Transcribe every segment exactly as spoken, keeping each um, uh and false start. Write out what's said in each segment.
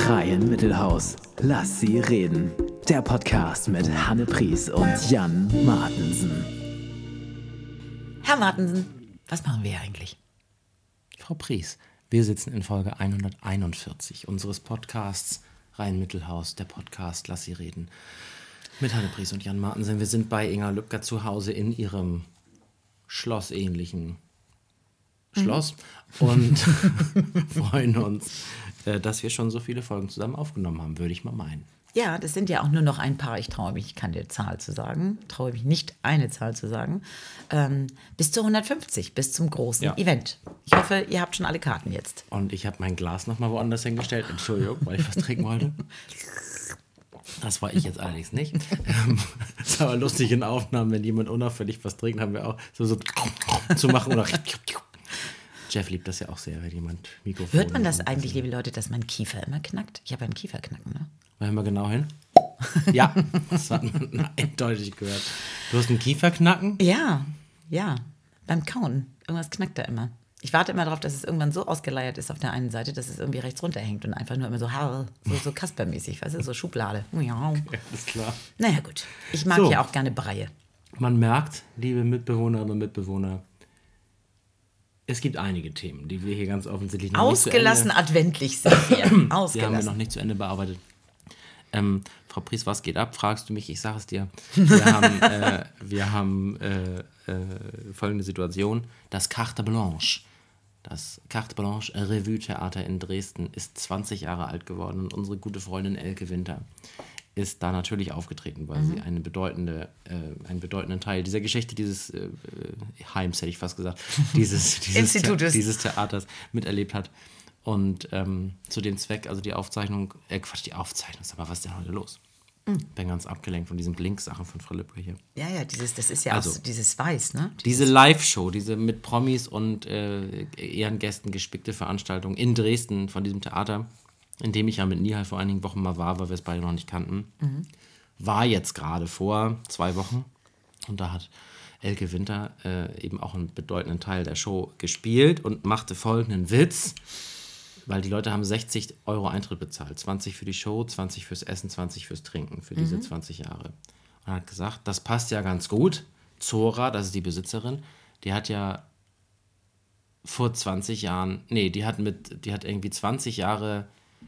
Freien Mittelhaus. Lass sie reden. Der Podcast mit Hanne Pries und Jan Martensen. Herr Martensen, was machen wir eigentlich? Frau Pries, wir sitzen in Folge hunderteinundvierzig unseres Podcasts Freien Mittelhaus, der Podcast Lass sie reden. Mit Hanne Pries und Jan Martensen. Wir sind bei Inga Lübcker zu Hause in ihrem schlossähnlichen Schloss mhm. und freuen uns, dass wir schon so viele Folgen zusammen aufgenommen haben, würde ich mal meinen. Ja, das sind ja auch nur noch ein paar. Ich traue mich keine Zahl zu sagen, traue mich nicht eine Zahl zu sagen. Ähm, bis zu hundertfünfzig, bis zum großen ja. Event. Ich hoffe, ihr habt schon alle Karten jetzt. Und ich habe mein Glas nochmal woanders hingestellt. Entschuldigung, weil ich was trinken wollte. Das war ich jetzt allerdings nicht. Es ist aber lustig in Aufnahmen, wenn jemand unauffällig was trinkt, haben wir auch so, so zu machen oder Jeff liebt das ja auch sehr, wenn jemand Mikrofon... Hört man das eigentlich, liebe Leute, dass mein Kiefer immer knackt? Ich habe einen Kieferknacken, ne? Hören wir genau hin? Ja, das hat man eindeutig gehört. Du hast einen Kieferknacken? Ja, ja, beim Kauen. Irgendwas knackt da immer. Ich warte immer darauf, dass es irgendwann so ausgeleiert ist auf der einen Seite, dass es irgendwie rechts runterhängt und einfach nur immer so, so, so Kaspermäßig, weißt du, so Schublade. Ja, ist klar. Naja, gut. Ich mag so. ja auch gerne Breie. Man merkt, liebe Mitbewohnerinnen und Mitbewohner, es gibt einige Themen, die wir hier ganz offensichtlich noch Ausgelassen nicht zu Ende... adventlich sind wir. Ausgelassen. Die haben wir noch nicht zu Ende bearbeitet. Ähm, Frau Pries, was geht ab? Fragst du mich, ich sage es dir. Wir haben, äh, wir haben äh, äh, folgende Situation. Das Carte Blanche, das Carte Blanche Revue Theater in Dresden ist zwanzig Jahre alt geworden und unsere gute Freundin Elke Winter ist da natürlich aufgetreten, weil mhm. sie eine bedeutende, äh, einen bedeutenden Teil dieser Geschichte, dieses äh, Heims, hätte ich fast gesagt, dieses, dieses, The- dieses Theaters miterlebt hat. Und ähm, zu dem Zweck, also die Aufzeichnung, äh Quatsch, die Aufzeichnung, sag mal, was ist denn heute los? Mhm. Ich bin ganz abgelenkt von diesen Blink-Sachen von Frau Lübcker hier. Ja, ja, dieses, das ist ja also, auch so, dieses Weiß, ne? Dieses diese Live-Show, diese mit Promis und äh, Ehrengästen gespickte Veranstaltung in Dresden von diesem Theater, in dem ich ja mit Nihal vor einigen Wochen mal war, weil wir es beide noch nicht kannten, mhm. war jetzt gerade vor zwei Wochen. Und da hat Elke Winter äh, eben auch einen bedeutenden Teil der Show gespielt und machte folgenden Witz, weil die Leute haben sechzig Euro Eintritt bezahlt. zwanzig für die Show, zwanzig fürs Essen, zwanzig fürs Trinken für diese mhm. zwanzig Jahre. Und hat gesagt, das passt ja ganz gut. Zora, das ist die Besitzerin, die hat ja vor zwanzig Jahren, nee, die hat mit, die hat irgendwie zwanzig Jahre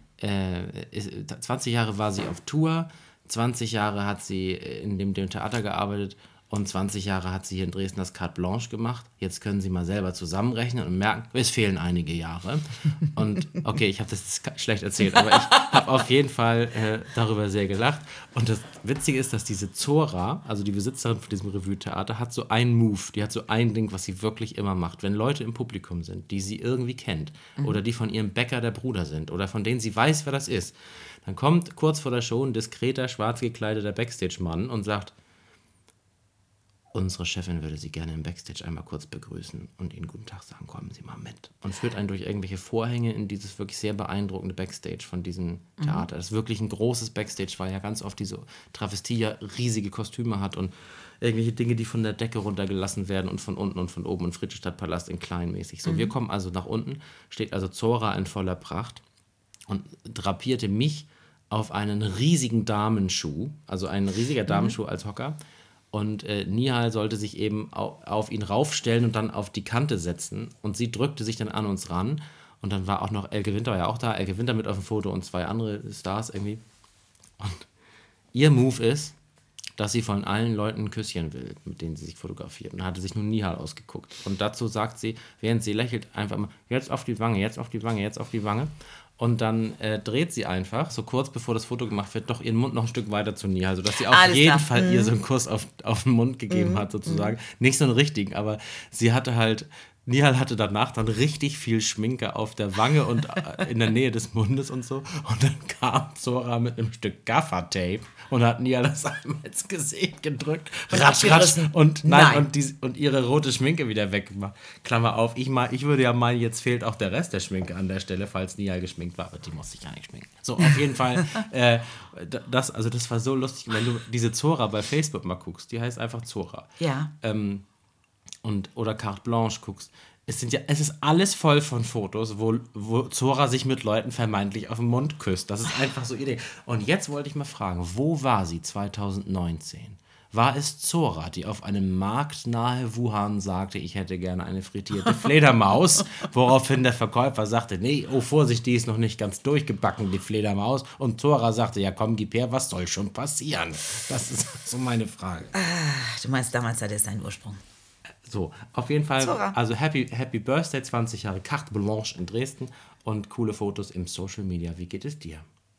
Äh, zwanzig Jahre war sie auf Tour, zwanzig Jahre hat sie in dem, dem Theater gearbeitet und zwanzig Jahre hat sie hier in Dresden das Carte Blanche gemacht. Jetzt können Sie mal selber zusammenrechnen und merken, es fehlen einige Jahre. Und okay, ich habe das schlecht erzählt, aber ich habe auf jeden Fall äh, darüber sehr gelacht. Und das Witzige ist, dass diese Zora, also die Besitzerin von diesem Revue-Theater, hat so einen Move, die hat so ein Ding, was sie wirklich immer macht. Wenn Leute im Publikum sind, die sie irgendwie kennt mhm. oder die von ihrem Bäcker der Bruder sind oder von denen sie weiß, wer das ist, dann kommt kurz vor der Show ein diskreter, schwarz gekleideter Backstage-Mann und sagt, unsere Chefin würde Sie gerne im Backstage einmal kurz begrüßen und Ihnen guten Tag sagen, kommen Sie mal mit. Und führt einen durch irgendwelche Vorhänge in dieses wirklich sehr beeindruckende Backstage von diesem Theater. Mhm. Das ist wirklich ein großes Backstage, weil ja ganz oft diese Travestie ja riesige Kostüme hat und irgendwelche Dinge, die von der Decke runtergelassen werden und von unten und von oben und Friedrichstadtpalast in kleinmäßig. So, mhm. wir kommen also nach unten, steht also Zora in voller Pracht und drapierte mich auf einen riesigen Damenschuh, also ein riesiger Damenschuh mhm. als Hocker. Und äh, Nihal sollte sich eben auf, auf ihn raufstellen und dann auf die Kante setzen. Und sie drückte sich dann an uns ran. Und dann war auch noch Elke Winter war ja auch da. Elke Winter mit auf dem Foto und zwei andere Stars irgendwie. Und ihr Move ist, dass sie von allen Leuten ein Küsschen will, mit denen sie sich fotografiert. Und da hatte sich nur Nihal ausgeguckt. Und dazu sagt sie, während sie lächelt, einfach mal, jetzt auf die Wange, jetzt auf die Wange, jetzt auf die Wange. Und dann äh, dreht sie einfach, so kurz bevor das Foto gemacht wird, doch ihren Mund noch ein Stück weiter zu Nihal, sodass sie auf Alles jeden klar. Fall mhm. ihr so einen Kuss auf, auf den Mund gegeben mhm. hat, sozusagen. Mhm. Nicht so einen richtigen, aber sie hatte halt, Nihal hatte danach dann richtig viel Schminke auf der Wange und in der Nähe des Mundes und so. Und dann kam Zora mit einem Stück Gaffertape und hat Nihal das einmal ins Gesicht gedrückt. Und ratsch, ratsch, und, nein, nein. Und, die, und ihre rote Schminke wieder weggemacht. Klammer auf, ich, mal, ich würde ja meinen, jetzt fehlt auch der Rest der Schminke an der Stelle, falls Nihal geschminkt war. Aber die musste ich ja nicht schminken. So, auf jeden Fall, äh, das, also das war so lustig, wenn du diese Zora bei Facebook mal guckst, die heißt einfach Zora. Ja. Ähm, und, oder Carte Blanche guckst, Es sind ja, es ist alles voll von Fotos, wo, wo Zora sich mit Leuten vermeintlich auf den Mund küsst. Das ist einfach so Idee. Und jetzt wollte ich mal fragen, wo war sie zwanzig neunzehn? War es Zora, die auf einem Markt nahe Wuhan sagte, ich hätte gerne eine frittierte Fledermaus, woraufhin der Verkäufer sagte, nee, oh Vorsicht, die ist noch nicht ganz durchgebacken, die Fledermaus. Und Zora sagte, ja komm, gib her, was soll schon passieren? Das ist so meine Frage. Ach, du meinst, damals hatte es seinen Ursprung. So, auf jeden Fall, Zora. also Happy, Happy Birthday, zwanzig Jahre Carte Blanche in Dresden und coole Fotos im Social Media. Wie geht es dir?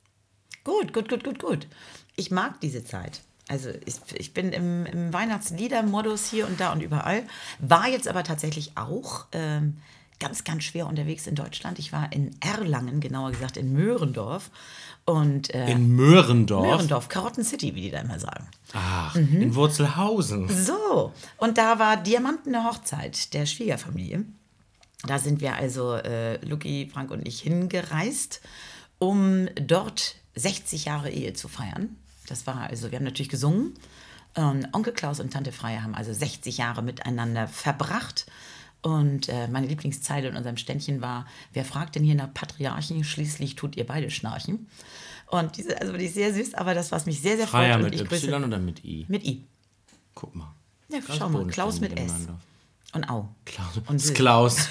Gut, gut, gut, gut, gut. Ich mag diese Zeit. Also ich, ich bin im, im Weihnachtslieder-Modus hier und da und überall. War jetzt aber tatsächlich auch ähm, ganz, ganz schwer unterwegs in Deutschland. Ich war in Erlangen, genauer gesagt in Möhrendorf. Und, äh, In Möhrendorf? Möhrendorf, Karotten City, wie die da immer sagen. Ach, in Wurzelhausen. So, und da war Diamantene Hochzeit der Schwiegerfamilie. Da sind wir also, äh, Luki, Frank und ich, hingereist, um dort sechzig Jahre Ehe zu feiern. Das war also, wir haben natürlich gesungen. Ähm, Onkel Klaus und Tante Freie haben also sechzig Jahre miteinander verbracht. Und äh, meine Lieblingszeile in unserem Ständchen war, wer fragt denn hier nach Patriarchen? Schließlich tut ihr beide schnarchen. Und diese, also die ist sehr süß, aber das, was mich sehr, sehr freut. Freier und mit ich Y grüße, oder mit I? mit I. Guck mal. Ja, Ganz schau mal, Klaus mit bodenständig S. ineinander. Und Au. Klaus. Und Das ist Süß. Klaus.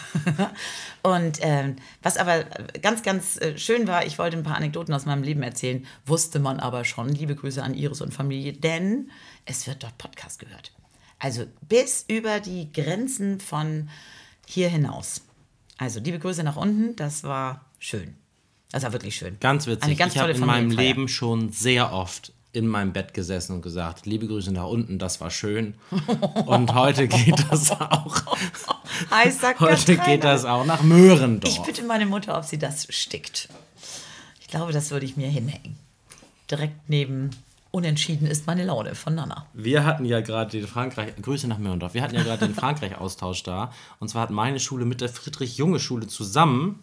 Und ähm, was aber ganz, ganz äh, schön war, ich wollte ein paar Anekdoten aus meinem Leben erzählen, wusste man aber schon. Liebe Grüße an Iris und Familie, denn es wird dort Podcast gehört. Also bis über die Grenzen von hier hinaus. Also liebe Grüße nach unten, das war schön. Das war wirklich schön. Ganz witzig. Eine ganz ich habe tolle in meinem Familienfeier. Leben schon sehr oft in meinem Bett gesessen und gesagt, liebe Grüße nach unten, das war schön. Und heute geht das auch. Heißer Heute Katrainer. geht das auch nach Möhrendorf. Ich bitte meine Mutter, ob sie das stickt. Ich glaube, das würde ich mir hinhängen. Direkt neben Unentschieden ist meine Laune von Nana. Wir hatten ja gerade den Frankreich, Grüße nach Möhrendorf, wir hatten ja gerade den Frankreich-Austausch da. Und zwar hat meine Schule mit der Friedrich-Junge-Schule zusammen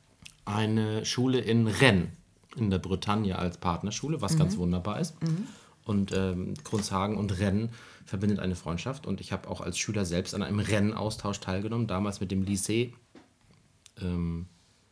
eine Schule in Rennes in der Bretagne als Partnerschule, was mhm. ganz wunderbar ist. Mhm. Und ähm, Kronshagen und Rennes verbindet eine Freundschaft. Und ich habe auch als Schüler selbst an einem Rennes-Austausch teilgenommen, damals mit dem Lycée, ähm,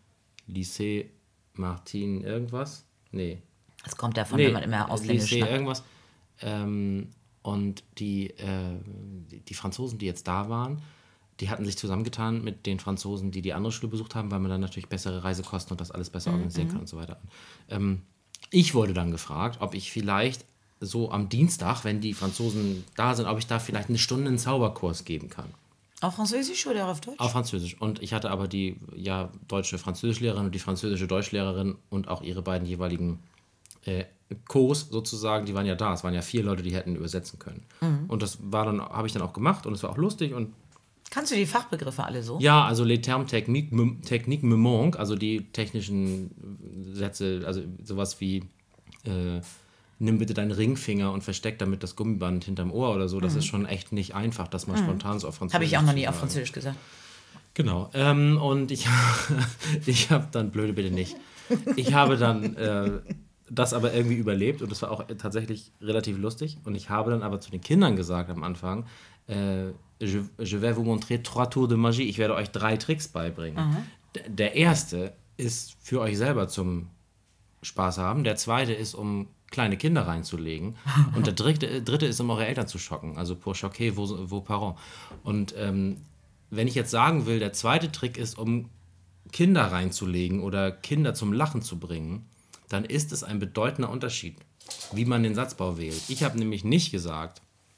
Lycée Martin irgendwas? Nee. Das kommt davon, Nee, wenn man immer ausländisch Lycée schnappt. irgendwas. Ähm, und die, äh, die, die Franzosen, die jetzt da waren, die hatten sich zusammengetan mit den Franzosen, die die andere Schule besucht haben, weil man dann natürlich bessere Reisekosten und das alles besser organisieren kann und so weiter. Ähm, ich wurde dann gefragt, ob ich vielleicht so am Dienstag, wenn die Franzosen da sind, ob ich da vielleicht eine Stunde einen Zauberkurs geben kann. Auf Französisch oder auf Deutsch? Auf Französisch. Und ich hatte aber die ja, deutsche Französischlehrerin und die französische Deutschlehrerin und auch ihre beiden jeweiligen äh, Co.s sozusagen, die waren ja da. Es waren ja vier Leute, die hätten übersetzen können. Mhm. Und das war dann, habe ich dann auch gemacht und es war auch lustig und Kannst du die Fachbegriffe alle so? ja, also les termes techniques me, technique me manquent, also die technischen Sätze, also sowas wie äh, nimm bitte deinen Ringfinger und versteck damit das Gummiband hinterm Ohr oder so, das mhm. ist schon echt nicht einfach, dass man mhm. spontan so auf Französisch Habe ich auch noch nie zu auf sagen. Französisch gesagt. Genau, ähm, und ich, ich habe dann, blöde bitte nicht, ich habe dann äh, das aber irgendwie überlebt und das war auch tatsächlich relativ lustig und ich habe dann aber zu den Kindern gesagt am Anfang, äh, je, je vais vous montrer trois tours de magie, ich werde euch drei Tricks beibringen. Mhm. D- der erste ist für euch selber zum Spaß haben, der zweite ist, um kleine Kinder reinzulegen und der dritte, dritte ist, um eure Eltern zu schocken, also pour choquer vos, vos parents. Und ähm, wenn ich jetzt sagen will, der zweite Trick ist, um Kinder reinzulegen oder Kinder zum Lachen zu bringen, dann ist es ein bedeutender Unterschied, wie man den Satzbau wählt. Ich habe nämlich nicht gesagt,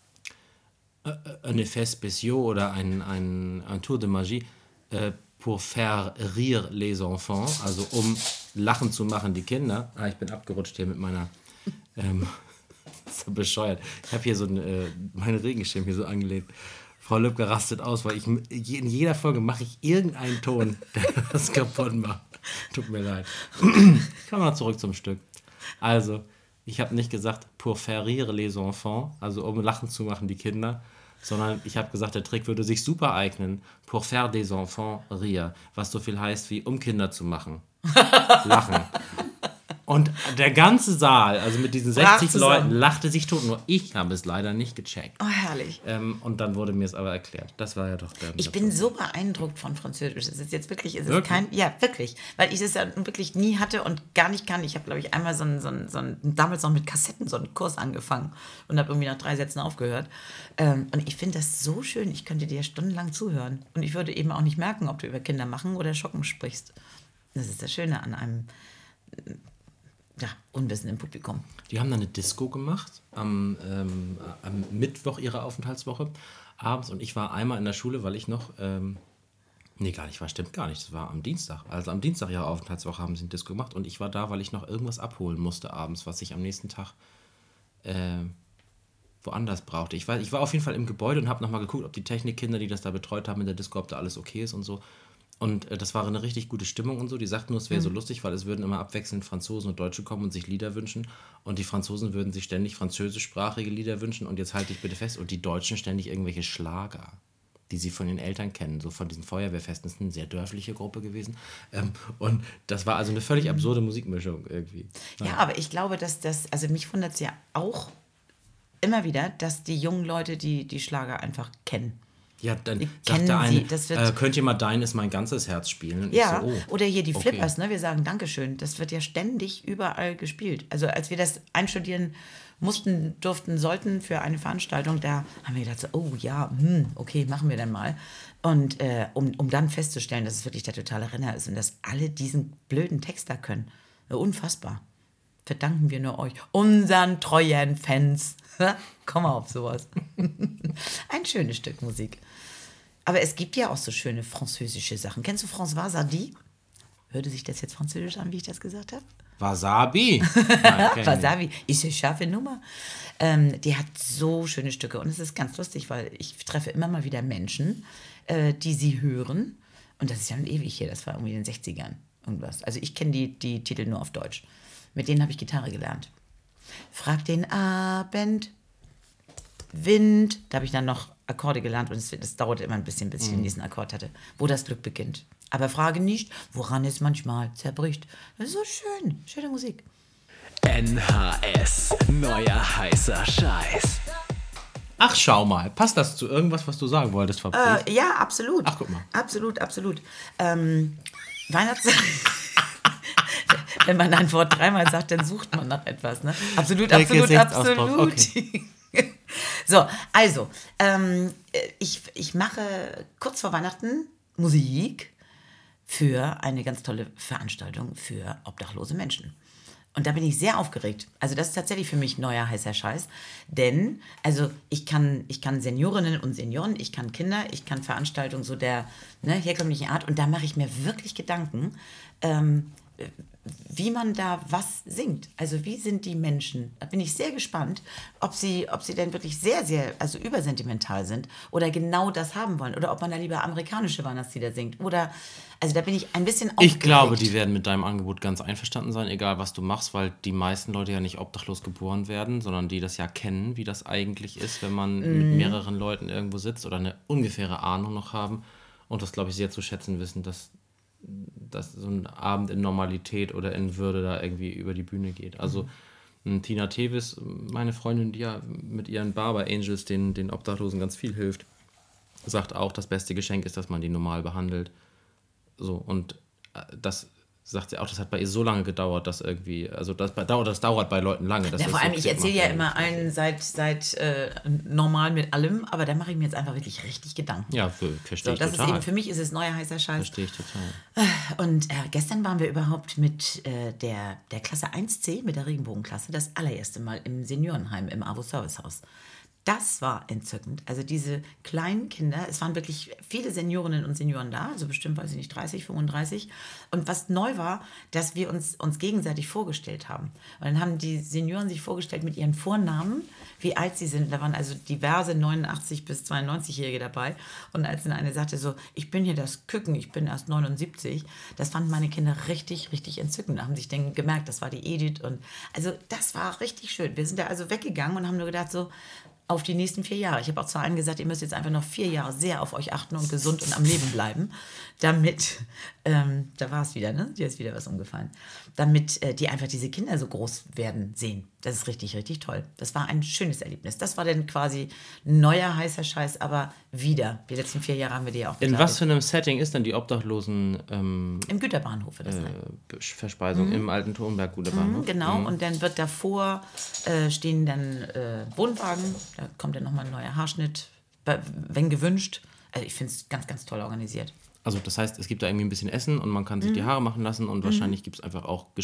un effet spéciaux oder ein, ein, ein Tour de Magie äh, pour faire rire les enfants, also um Lachen zu machen, die Kinder. Ah, ich bin abgerutscht hier mit meiner... Ähm, so bescheuert. Ich habe hier so ein, äh, meinen Regenschirm hier so angelegt. Frau Lübcke rastet aus, weil ich in jeder Folge mache ich irgendeinen Ton, der das kaputt macht. Tut mir leid. Kommen wir mal zurück zum Stück. Also, ich habe nicht gesagt, pour faire rire les enfants, also um Lachen zu machen, die Kinder, sondern ich habe gesagt, der Trick würde sich super eignen, pour faire des enfants rire, was so viel heißt wie, um Kinder zu machen. Lachen. Und der ganze Saal, also mit diesen Brach sechzig zusammen. Leuten, lachte sich tot. Nur ich habe es leider nicht gecheckt. Oh, herrlich. Ähm, und dann wurde mir es aber erklärt. Das war ja doch der. Ich bin so beeindruckt von Französisch. Es ist jetzt wirklich, es ist Wirklich? kein, ja, wirklich. Weil ich es ja wirklich nie hatte und gar nicht kann. Ich habe, glaube ich, einmal so einen, so einen, so einen, damals noch mit Kassetten so einen Kurs angefangen und habe irgendwie nach drei Sätzen aufgehört. Ähm, und ich finde das so schön. Ich könnte dir stundenlang zuhören. Und ich würde eben auch nicht merken, ob du über Kinder machen oder schocken sprichst. Das ist das Schöne an einem ja, Unwissen im Publikum. Die haben dann eine Disco gemacht am, ähm, am Mittwoch ihrer Aufenthaltswoche abends. Und ich war einmal in der Schule, weil ich noch... Ähm, nee, gar nicht, war stimmt gar nicht. Das war am Dienstag. Also am Dienstag ihrer Aufenthaltswoche haben sie eine Disco gemacht. Und ich war da, weil ich noch irgendwas abholen musste abends, was ich am nächsten Tag äh, woanders brauchte. Ich war, ich war auf jeden Fall im Gebäude und habe nochmal geguckt, ob die Technikkinder, die das da betreut haben in der Disco, ob da alles okay ist und so. Und äh, das war eine richtig gute Stimmung und so. Die sagten nur, es wäre so lustig, weil es würden immer abwechselnd Franzosen und Deutsche kommen und sich Lieder wünschen. Und die Franzosen würden sich ständig französischsprachige Lieder wünschen. Und jetzt halte ich bitte fest. Und die Deutschen ständig irgendwelche Schlager, die sie von den Eltern kennen. So von diesen Feuerwehrfesten. Das ist eine sehr dörfliche Gruppe gewesen. Ähm, und das war also eine völlig absurde Musikmischung irgendwie. Ja, aber ich glaube, dass das, also mich wundert es ja auch immer wieder, dass die jungen Leute die, die Schlager einfach kennen. Ja, dann Die sagt kennen der eine, sie, das wird- äh, könnt ihr mal Dein ist mein ganzes Herz spielen? Und ich Ja, so, oh, oder hier die okay. Flippers, ne? Wir sagen Dankeschön. Das wird ja ständig überall gespielt. Also als wir das einstudieren mussten, durften, sollten für eine Veranstaltung, da haben wir gedacht, so, oh ja, hm, okay, machen wir dann mal. Und äh, um, um dann festzustellen, dass es wirklich der totale Renner ist und dass alle diesen blöden Text da können. Unfassbar. Verdanken wir nur euch, unseren treuen Fans. Komm mal auf sowas. Ein schönes Stück Musik. Aber es gibt ja auch so schöne französische Sachen. Kennst du François Sardy? Hörte sich das jetzt französisch an, wie ich das gesagt habe? Wasabi? Nein, kenn ich Wasabi ist eine scharfe Nummer. Ähm, die hat so schöne Stücke. Und es ist ganz lustig, weil ich treffe immer mal wieder Menschen, äh, die sie hören. Und das ist ja schon ewig hier. Das war irgendwie in den sechzigern. Irgendwas. Also ich kenne die, die Titel nur auf Deutsch. Mit denen habe ich Gitarre gelernt. Frag den Abend, Wind. Da habe ich dann noch Akkorde gelernt und es, das dauerte immer ein bisschen, bis ich den nächsten Akkord hatte, wo das Glück beginnt. Aber frage nicht, woran es manchmal zerbricht. Das ist so schön, schöne Musik. N H S, neuer heißer Scheiß. Ach, schau mal. Passt das zu irgendwas, was du sagen wolltest, Fabrice? Äh, ja, absolut. Ach, guck mal. Absolut, absolut. Ähm, Weihnachts... Wenn man ein Wort dreimal sagt, dann sucht man nach etwas. Ne? Absolut, Der absolut, Gesichtsausdruck, absolut. So, also, ähm, ich, ich mache kurz vor Weihnachten Musik für eine ganz tolle Veranstaltung für obdachlose Menschen. Und da bin ich sehr aufgeregt. Also das ist tatsächlich für mich neuer heißer Scheiß. Denn, also ich kann, ich kann Seniorinnen und Senioren, ich kann Kinder, ich kann Veranstaltungen so der ne, herkömmlichen Art. Und da mache ich mir wirklich Gedanken, ähm, wie man da was singt. Also wie sind die Menschen? Da bin ich sehr gespannt, ob sie, ob sie denn wirklich sehr, sehr, also übersentimental sind oder genau das haben wollen. Oder ob man da lieber amerikanische Weihnachtslieder singt. Oder, also da bin ich ein bisschen aufgeregt. Ich glaube, die werden mit deinem Angebot ganz einverstanden sein, egal was du machst, weil die meisten Leute ja nicht obdachlos geboren werden, sondern die das ja kennen, wie das eigentlich ist, wenn man Mhm. mit mehreren Leuten irgendwo sitzt oder eine ungefähre Ahnung noch haben und das, glaube ich, sehr zu schätzen wissen, dass, dass so ein Abend in Normalität oder in Würde da irgendwie über die Bühne geht. Also m, Tina Tevis, meine Freundin, die ja mit ihren Barber Angels den, den Obdachlosen ganz viel hilft, sagt auch, das beste Geschenk ist, dass man die normal behandelt. So, und äh, das sagt sie auch, das hat bei ihr so lange gedauert, dass irgendwie, also das, bei, das dauert bei Leuten lange. Dass Ja, das vor so allem, ich Klick erzähle macht ja irgendwie. immer allen seit, seit äh, normal mit allem, aber da mache ich mir jetzt einfach wirklich richtig Gedanken. Ja, für, verstehe So, ich das total. ist eben, für mich ist es neuer heißer Scheiß. Verstehe ich total. Und äh, gestern waren wir überhaupt mit äh, der, der Klasse eins C, mit der Regenbogenklasse, das allererste Mal im Seniorenheim, im AWO-Servicehaus. Das war entzückend. Also diese kleinen Kinder, es waren wirklich viele Seniorinnen und Senioren da, also bestimmt, weiß ich nicht, dreißig, fünfunddreißig. Und was neu war, dass wir uns, uns gegenseitig vorgestellt haben. Und dann haben die Senioren sich vorgestellt mit ihren Vornamen, wie alt sie sind. Da waren also diverse neunundachtzig- bis zweiundneunzig-Jährige dabei. Und als dann eine sagte so, ich bin hier das Küken, ich bin erst neunundsiebzig, das fanden meine Kinder richtig, richtig entzückend. Da haben sich dann gemerkt, das war die Edith. Und also das war richtig schön. Wir sind da also weggegangen und haben nur gedacht so, auf die nächsten vier Jahre. Ich habe auch zu allen gesagt, ihr müsst jetzt einfach noch vier Jahre sehr auf euch achten und gesund und am Leben bleiben, damit Ähm, da war es wieder, ne? Dir ist wieder was umgefallen. Damit äh, die einfach diese Kinder so groß werden sehen. Das ist richtig, richtig toll. Das war ein schönes Erlebnis. Das war dann quasi neuer heißer Scheiß, aber wieder. Die letzten vier Jahre haben wir die ja auch In begleitet. was für einem Setting ist denn die Obdachlosen ähm, Im Güterbahnhof wird das sein. äh, Verspeisung? Im alten Thonberg Güterbahnhof? Genau, und dann wird davor äh, stehen dann äh, Wohnwagen, da kommt dann nochmal ein neuer Haarschnitt, bei- wenn gewünscht. Also ich finde es ganz, ganz toll organisiert. Also das heißt, es gibt da irgendwie ein bisschen Essen und man kann sich die Haare machen lassen und wahrscheinlich gibt es einfach auch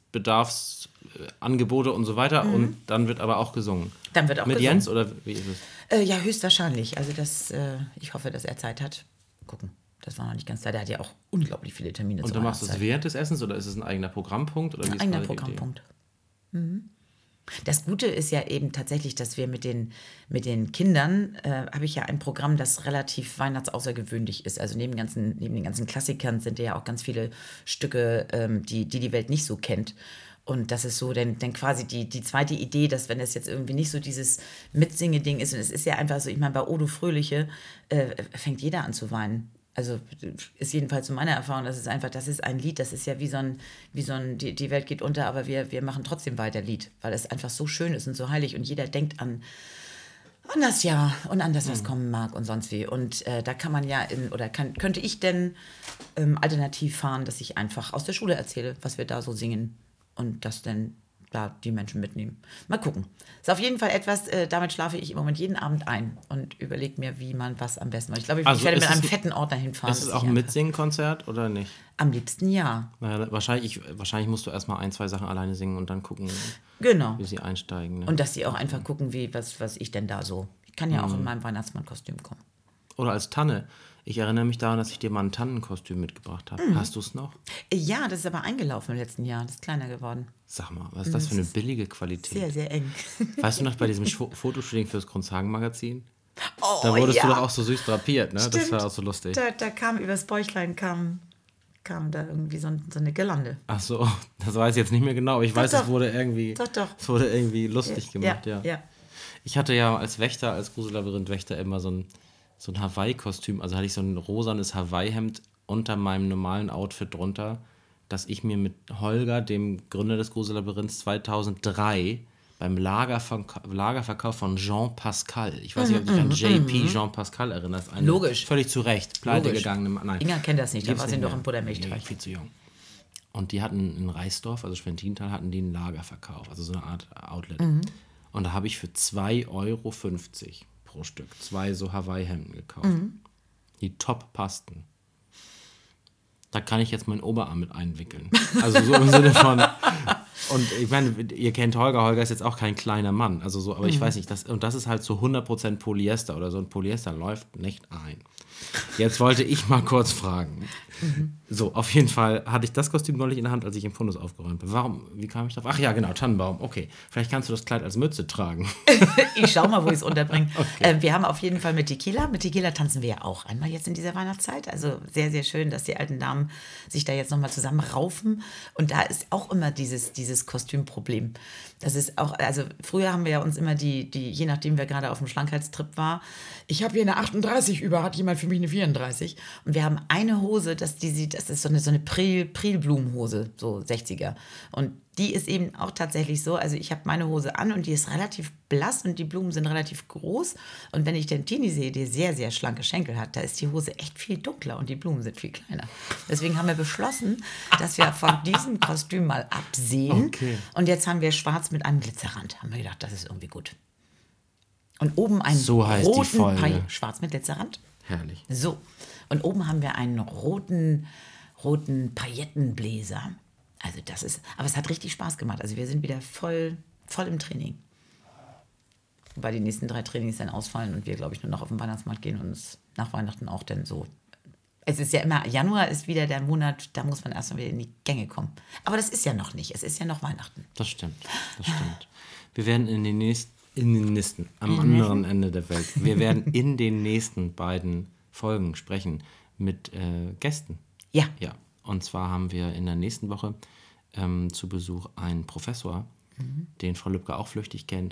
Gesprächsbedarfsangebote und so weiter und dann wird aber auch gesungen. Dann wird auch Mit gesungen. Jens oder wie ist es? Äh, ja, höchstwahrscheinlich. Also das, äh, ich hoffe, dass er Zeit hat. Gucken, das war noch nicht ganz da. Der hat ja auch unglaublich viele Termine Und zur dann machst du es Weihnachtszeit. während des Essens oder ist es ein eigener Programmpunkt? Oder wie ist Eigener gerade die Idee? Programmpunkt. Mhm. Das Gute ist ja eben tatsächlich, dass wir mit den, mit den Kindern, äh, habe ich ja ein Programm, das relativ weihnachtsaußergewöhnlich ist. Also neben, ganzen, neben den ganzen Klassikern sind ja auch ganz viele Stücke, ähm, die, die die Welt nicht so kennt. Und das ist so dann, dann quasi die, die zweite Idee, dass wenn es jetzt irgendwie nicht so dieses Mitsinge-Ding ist, und es ist ja einfach so, ich meine, bei Odo Fröhliche äh, fängt jeder an zu weinen. Also ist jedenfalls so meine Erfahrung, das ist einfach, das ist ein Lied, das ist ja wie so ein, wie so ein, die, die Welt geht unter, aber wir, wir machen trotzdem weiter Lied, weil es einfach so schön ist und so heilig und jeder denkt an, an das Jahr und an das, was kommen mag und sonst wie. Und äh, da kann man ja, in, oder kann, könnte ich denn ähm, alternativ fahren, dass ich einfach aus der Schule erzähle, was wir da so singen und das dann da die Menschen mitnehmen. Mal gucken. Ist auf jeden Fall etwas, äh, damit schlafe ich im Moment jeden Abend ein und überlege mir, wie man was am besten macht. Ich glaube, ich, Also ich werde ist mit einem es- fetten Ordner hinfahren. Ist es dass auch ich ein einfach- Mitsingen-Konzert oder nicht? Am liebsten ja. Naja, wahrscheinlich, ich, wahrscheinlich musst du erstmal ein, zwei Sachen alleine singen und dann gucken, Genau. wie sie einsteigen. Ne? Und dass sie auch einfach gucken, wie, was, was ich denn da so. Ich kann ja auch in meinem Weihnachtsmann-Kostüm kommen. Oder als Tanne. Ich erinnere mich daran, dass ich dir mal ein Tannenkostüm mitgebracht habe. Hast du es noch? Ja, das ist aber eingelaufen im letzten Jahr. Das ist kleiner geworden. Sag mal, was ist das für eine billige Qualität? Sehr, sehr eng. Weißt du noch, bei diesem Fo- Fotoshooting fürs Grundshagen-Magazin? Oh, Da wurdest ja. du doch auch so süß drapiert, ne? Das Stimmt. war auch so lustig. Da, da kam übers Bäuchlein kam, kam da irgendwie so, ein, so eine Girlande. Ach so, das weiß ich jetzt nicht mehr genau. Ich weiß, doch. es wurde irgendwie, Doch, doch. es wurde irgendwie lustig gemacht, ja. ja. Ich hatte ja als Wächter, als Grusellabyrinth-Wächter immer so ein, so ein Hawaii-Kostüm. Also hatte ich so ein rosanes Hawaii-Hemd unter meinem normalen Outfit drunter, das ich mir mit Holger, dem Gründer des Grusellabyrinths, zweitausenddrei beim Lagerverk- Lagerverkauf von Jean Pascal. Ich weiß nicht, ob du dich an J P Jean Pascal erinnerst. Eine Logisch. Völlig zu Recht. Pleite Logisch. gegangene Mann. Nein. Inga kennt das nicht, da Gibt's war sie nicht noch mehr. im Buttermilchteig. Nee, viel zu jung. Und die hatten in Reisdorf, also Schwentintal, hatten die einen Lagerverkauf, also so eine Art Outlet. Und da habe ich für zwei Euro fünfzig pro Stück zwei so Hawaii-Hemden gekauft. Die top passten. Da kann ich jetzt meinen Oberarm mit einwickeln. Also so im Sinne von... Und ich meine, ihr kennt Holger, Holger ist jetzt auch kein kleiner Mann, also so, aber ich weiß nicht, das, und das ist halt zu hundert Prozent Polyester oder so, und Polyester läuft nicht ein. Jetzt wollte ich mal kurz fragen. So, auf jeden Fall hatte ich das Kostüm neulich in der Hand, als ich im Fundus aufgeräumt bin. Warum, wie kam ich drauf? Ach ja, genau, Tannenbaum, okay. Vielleicht kannst du das Kleid als Mütze tragen. Ich schau mal, wo ich es unterbringe. Äh, wir haben auf jeden Fall mit Tequila. Mit Tequila tanzen wir ja auch einmal jetzt in dieser Weihnachtszeit. Also sehr, sehr schön, dass die alten Damen sich da jetzt nochmal zusammenraufen. Und da ist auch immer dieses, dieses Kostümproblem. Das ist auch, also früher haben wir ja uns immer die, die je nachdem, wer gerade auf dem Schlankheitstrip war, ich habe hier eine achtunddreißig über, hat jemand für mich eine vierunddreißig. Und wir haben eine Hose, das, die sieht, das ist so eine, so eine Pril, Prilblumenhose, so sechziger. Und die ist eben auch tatsächlich so, also ich habe meine Hose an und die ist relativ blass und die Blumen sind relativ groß. Und wenn ich den Tini sehe, der sehr, sehr schlanke Schenkel hat, da ist die Hose echt viel dunkler und die Blumen sind viel kleiner. Deswegen haben wir beschlossen, dass wir von diesem Kostüm mal absehen. Okay. Und jetzt haben wir schwarz mit einem Glitzerrand. Haben wir gedacht, das ist irgendwie gut. Und oben einen So heißt die roten Folge. Pai- schwarz mit Glitzerrand. Herrlich. So. Und oben haben wir einen roten, roten Paillettenbläser. Also das ist, aber es hat richtig Spaß gemacht. Also wir sind wieder voll, voll im Training. Wobei die nächsten drei Trainings dann ausfallen und wir, glaube ich, nur noch auf den Weihnachtsmarkt gehen und uns nach Weihnachten auch dann so. Es ist ja immer, Januar ist wieder der Monat, da muss man erstmal wieder in die Gänge kommen. Aber das ist ja noch nicht, es ist ja noch Weihnachten. Das stimmt, das stimmt. Wir werden in den nächsten, in den nächsten, am anderen Ende der Welt, wir werden in den nächsten beiden Folgen sprechen mit äh, Gästen. Ja. Ja, und zwar haben wir in der nächsten Woche ähm, zu Besuch einen Professor, den Frau Lübcke auch flüchtig kennt,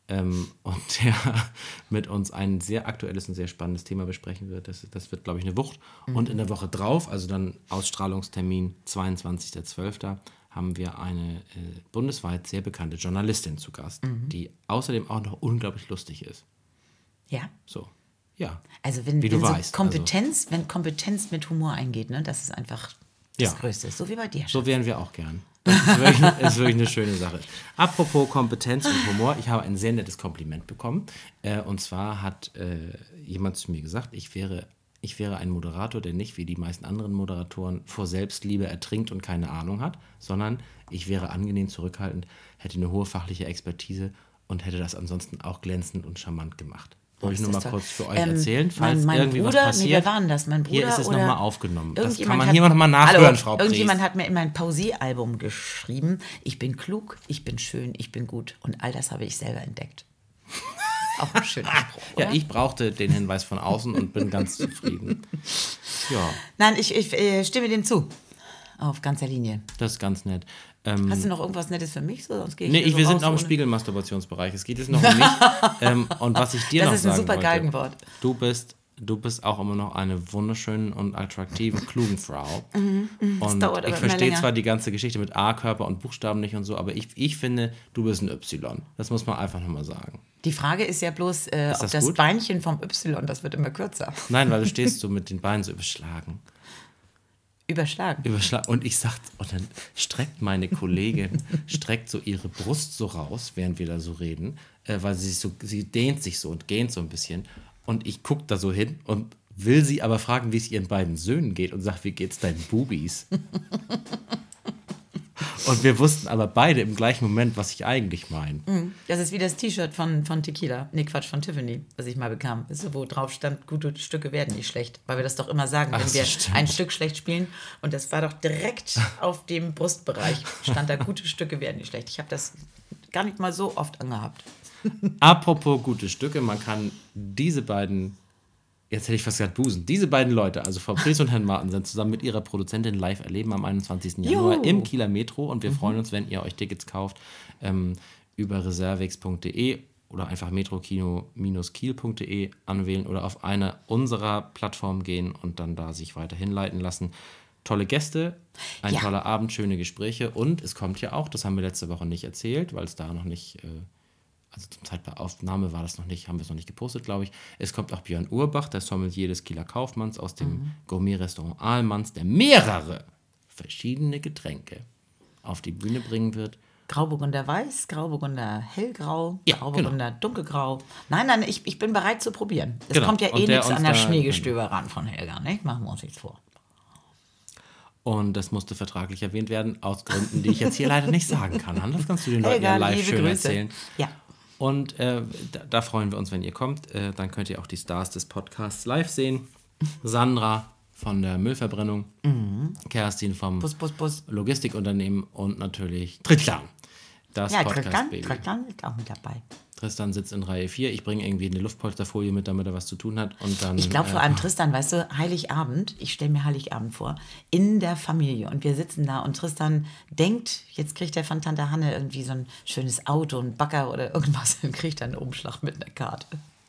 ähm, und der mit uns ein sehr aktuelles und sehr spannendes Thema besprechen wird. Das, das wird, glaube ich, eine Wucht. Mhm. Und in der Woche drauf, also dann Ausstrahlungstermin zweiundzwanzigster zwölfter, haben wir eine äh, bundesweit sehr bekannte Journalistin zu Gast, mhm. die außerdem auch noch unglaublich lustig ist. Ja. So, ja. Also wenn, wie wenn du so weißt, Kompetenz, also, wenn Kompetenz mit Humor eingeht, ne, das ist einfach das ja. Größte. So wie bei dir. So wären wir auch gern. Das ist wirklich, ist wirklich eine schöne Sache. Apropos Kompetenz und Humor, ich habe ein sehr nettes Kompliment bekommen. Äh, und zwar hat äh, jemand zu mir gesagt, ich wäre Ich wäre ein Moderator, der nicht wie die meisten anderen Moderatoren vor Selbstliebe ertrinkt und keine Ahnung hat, sondern ich wäre angenehm zurückhaltend, hätte eine hohe fachliche Expertise und hätte das ansonsten auch glänzend und charmant gemacht. Wollte ich nur mal toll. kurz für euch ähm, erzählen, falls mein, mein irgendwie Bruder, was passiert. Nee, wer war denn das? Mein Bruder, hier ist es nochmal aufgenommen. Das kann man hat, hier nochmal nachhören, hallo, Frau Priest. Irgendjemand hat mir in mein Poesiealbum geschrieben, ich bin klug, ich bin schön, ich bin gut. Und all das habe ich selber entdeckt. Auch ein schöner Spruch, ja, ich brauchte den Hinweis von außen und bin ganz zufrieden. Ja. Nein, ich, ich äh, stimme dem zu. Auf ganzer Linie. Das ist ganz nett. Ähm, Hast du noch irgendwas Nettes für mich? So, sonst gehe ich nee, ich, so wir raus, sind noch im ohne... Spiegelmasturbationsbereich. Es geht jetzt noch um mich. ähm, und was ich dir das noch ist ein sagen super wollte, Galgenwort. Du bist, du bist auch immer noch eine wunderschöne und attraktive, kluge Frau. Mhm, und ich verstehe zwar die ganze Geschichte mit A, Körper und Buchstaben nicht und so, aber ich, ich finde, du bist ein Y. Das muss man einfach nochmal sagen. Die Frage ist ja bloß, äh, ist das ob das gut? Beinchen vom Y, das wird immer kürzer. Nein, weil du stehst so mit den Beinen so überschlagen. Überschlagen. Überschlagen. Und ich sag, und dann streckt meine Kollegin, streckt so ihre Brust so raus, während wir da so reden, äh, weil sie sich so, sie dehnt sich so und gähnt so ein bisschen. Und ich guck da so hin und will sie aber fragen, wie es ihren beiden Söhnen geht und sag, wie geht's deinen Bubis? Und wir wussten aber beide im gleichen Moment, was ich eigentlich meine. Das ist wie das T-Shirt von, von Tequila. Nee, Quatsch, von Tiffany, was ich mal bekam. Das ist, wo drauf stand, gute Stücke werden nicht schlecht. Weil wir das doch immer sagen, Ach, wenn wir stimmt. ein Stück schlecht spielen. Und das war doch direkt auf dem Brustbereich. Stand da, gute Stücke werden nicht schlecht. Ich habe das gar nicht mal so oft angehabt. Apropos gute Stücke, man kann diese beiden, jetzt hätte ich fast gesagt Busen, diese beiden Leute, also Frau Priest und Herrn Martin, sind zusammen mit ihrer Produzentin live erleben am einundzwanzigsten Januar Juhu. im Kieler Metro und wir Mhm. freuen uns, wenn ihr euch Tickets kauft ähm, über reservex punkt de oder einfach metrokino kiel punkt de anwählen oder auf eine unserer Plattformen gehen und dann da sich weiter hinleiten lassen. Tolle Gäste, ein Ja. toller Abend, schöne Gespräche und es kommt ja auch, das haben wir letzte Woche nicht erzählt, weil es da noch nicht... Äh, also zum Zeitpunkt der Aufnahme war das noch nicht, haben wir es noch nicht gepostet, glaube ich. Es kommt auch Björn Urbach, der Sommelier des Kieler Kaufmanns aus dem mhm. Gourmet-Restaurant Ahlmanns, der mehrere verschiedene Getränke auf die Bühne bringen wird. Grauburgunder Weiß, Grauburgunder Hellgrau, Ja, Grauburgunder Dunkelgrau. Nein, nein, ich, ich bin bereit zu probieren. Es Genau. kommt ja Und eh der nichts uns an der da- Schneegestöber ran von Helga, ne? Machen wir uns nichts vor. Und das musste vertraglich erwähnt werden, aus Gründen, die ich jetzt hier leider nicht sagen kann. Das kannst du den Leuten Helga, ja live liebe schön Grüße. erzählen. Ja. Und äh, da, da freuen wir uns, wenn ihr kommt. Äh, dann könnt ihr auch die Stars des Podcasts live sehen. Sandra von der Müllverbrennung, mhm. Kerstin vom Bus, Bus, Bus. Logistikunternehmen und natürlich Tristan. Das Ja, Tristan, Podcast-Baby. Tristan ist auch mit dabei. Tristan sitzt in Reihe vier. Ich bringe irgendwie eine Luftpolsterfolie mit, damit er was zu tun hat. Und dann, Ich glaube vor äh, allem Tristan, weißt du, Heiligabend, ich stelle mir Heiligabend vor, in der Familie und wir sitzen da und Tristan denkt, jetzt kriegt er von Tante Hanne irgendwie so ein schönes Auto, einen Bagger oder irgendwas und kriegt dann einen Umschlag mit einer Karte.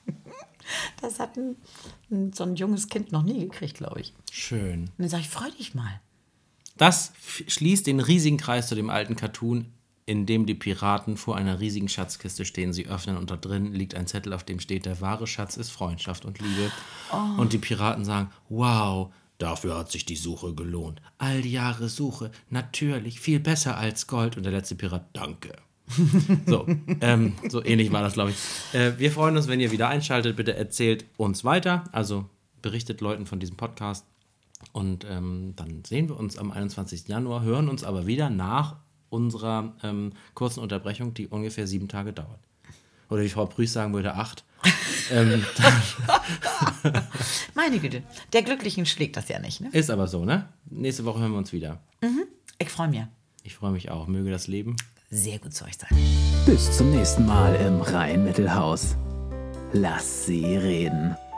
Das hat ein, ein, so ein junges Kind noch nie gekriegt, glaube ich. Schön. Und dann sage ich, freu dich mal. Das f- schließt den riesigen Kreis zu dem alten Cartoon, in dem die Piraten vor einer riesigen Schatzkiste stehen. Sie öffnen und da drin liegt ein Zettel, auf dem steht, der wahre Schatz ist Freundschaft und Liebe. Oh. Und die Piraten sagen, wow, dafür hat sich die Suche gelohnt. All die Jahre Suche, natürlich, viel besser als Gold. Und der letzte Pirat, danke. So, ähm, so ähnlich war das, glaube ich. Äh, wir freuen uns, wenn ihr wieder einschaltet. Bitte erzählt uns weiter, also berichtet Leuten von diesem Podcast. Und ähm, dann sehen wir uns am einundzwanzigsten Januar, hören uns aber wieder nach unserer ähm, kurzen Unterbrechung, die ungefähr sieben Tage dauert. Oder wie Frau Prüß sagen würde, acht. ähm, Meine Güte, der Glücklichen schlägt das ja nicht, ne? ist aber so, ne? Nächste Woche hören wir uns wieder. Mhm. Ich freue mich. Ich freue mich auch. Möge das Leben sehr gut zu euch sein. Bis zum nächsten Mal im Rhein-Mittelhaus. Lass sie reden.